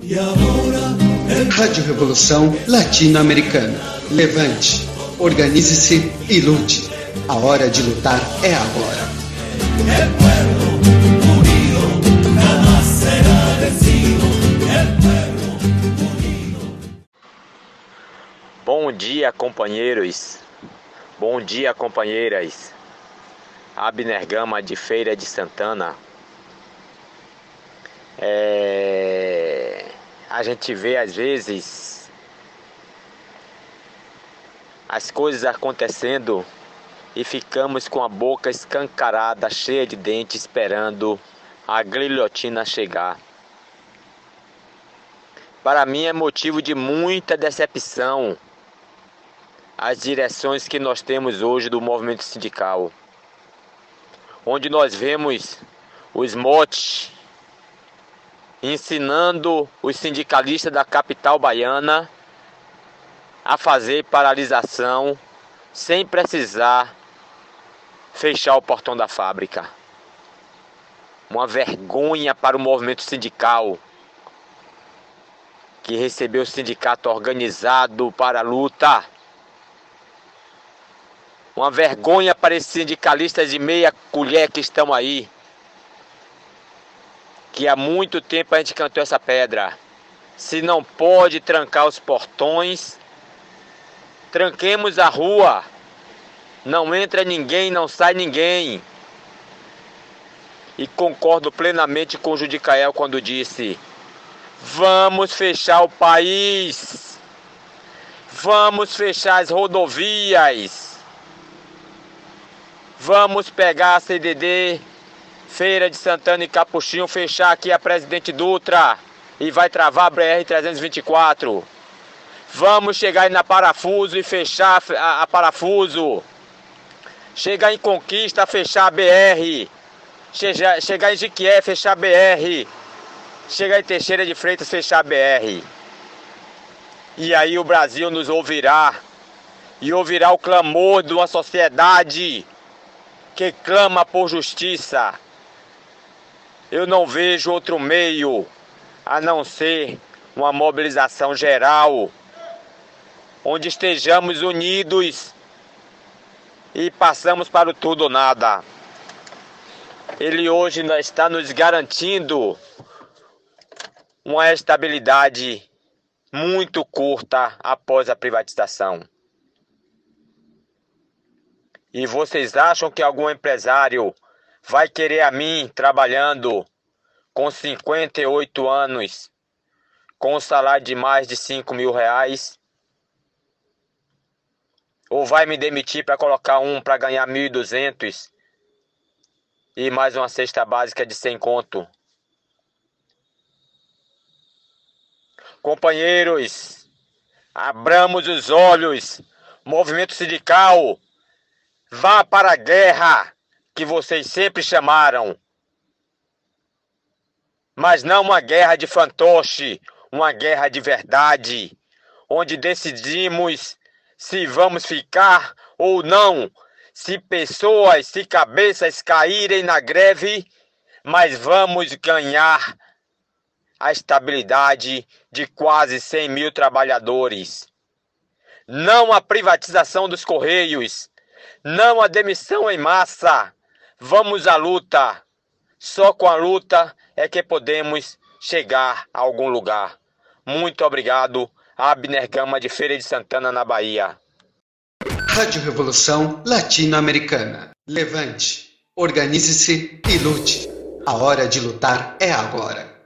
Rádio Revolução Latino-Americana. Levante, organize-se e lute. A hora de lutar é agora. Bom dia, companheiros. Bom dia, companheiras. Abner Gama, de Feira de Santana. A gente vê às vezes as coisas acontecendo e ficamos com a boca escancarada, cheia de dentes, esperando a guilhotina chegar. Para mim é motivo de muita decepção as direções que nós temos hoje do movimento sindical, onde nós vemos os motes ensinando os sindicalistas da capital baiana a fazer paralisação sem precisar fechar o portão da fábrica. Uma vergonha para o movimento sindical, que recebeu o sindicato organizado para a luta. Uma vergonha para esses sindicalistas de meia colher que estão aí, que há muito tempo a gente cantou essa pedra. Se não pode trancar os portões, tranquemos a rua. Não entra ninguém, não sai ninguém. E concordo plenamente com o Judicael quando disse: vamos fechar o país, vamos fechar as rodovias, vamos pegar a CDD, Feira de Santana e Capuchinho, fechar aqui a Presidente Dutra e vai travar a BR-324. Vamos chegar aí na Parafuso e fechar a Parafuso. Chegar em Conquista, fechar a BR. Chegar em Jiquié, fechar a BR. Chegar em Teixeira de Freitas, fechar a BR. E aí o Brasil nos ouvirá. E ouvirá o clamor de uma sociedade que clama por justiça. Eu não vejo outro meio a não ser uma mobilização geral, onde estejamos unidos e passamos para o tudo ou nada. Ele hoje está nos garantindo uma estabilidade muito curta após a privatização. E vocês acham que algum empresário vai querer a mim trabalhando com 58 anos, com um salário de mais de 5 mil reais? Ou vai me demitir para colocar um para ganhar 1.200 e mais uma cesta básica de 100 conto? Companheiros, abramos os olhos. Movimento sindical, vá para a guerra que vocês sempre chamaram, mas não uma guerra de fantoche, uma guerra de verdade, onde decidimos se vamos ficar ou não, se pessoas, se cabeças caírem na greve, mas vamos ganhar a estabilidade de quase 100 mil trabalhadores. Não a privatização dos Correios, não a demissão em massa. Vamos à luta. Só com a luta é que podemos chegar a algum lugar. Muito obrigado. Abner Gama, de Feira de Santana, na Bahia. Rádio Revolução Latino-Americana. Levante, organize-se e lute. A hora de lutar é agora.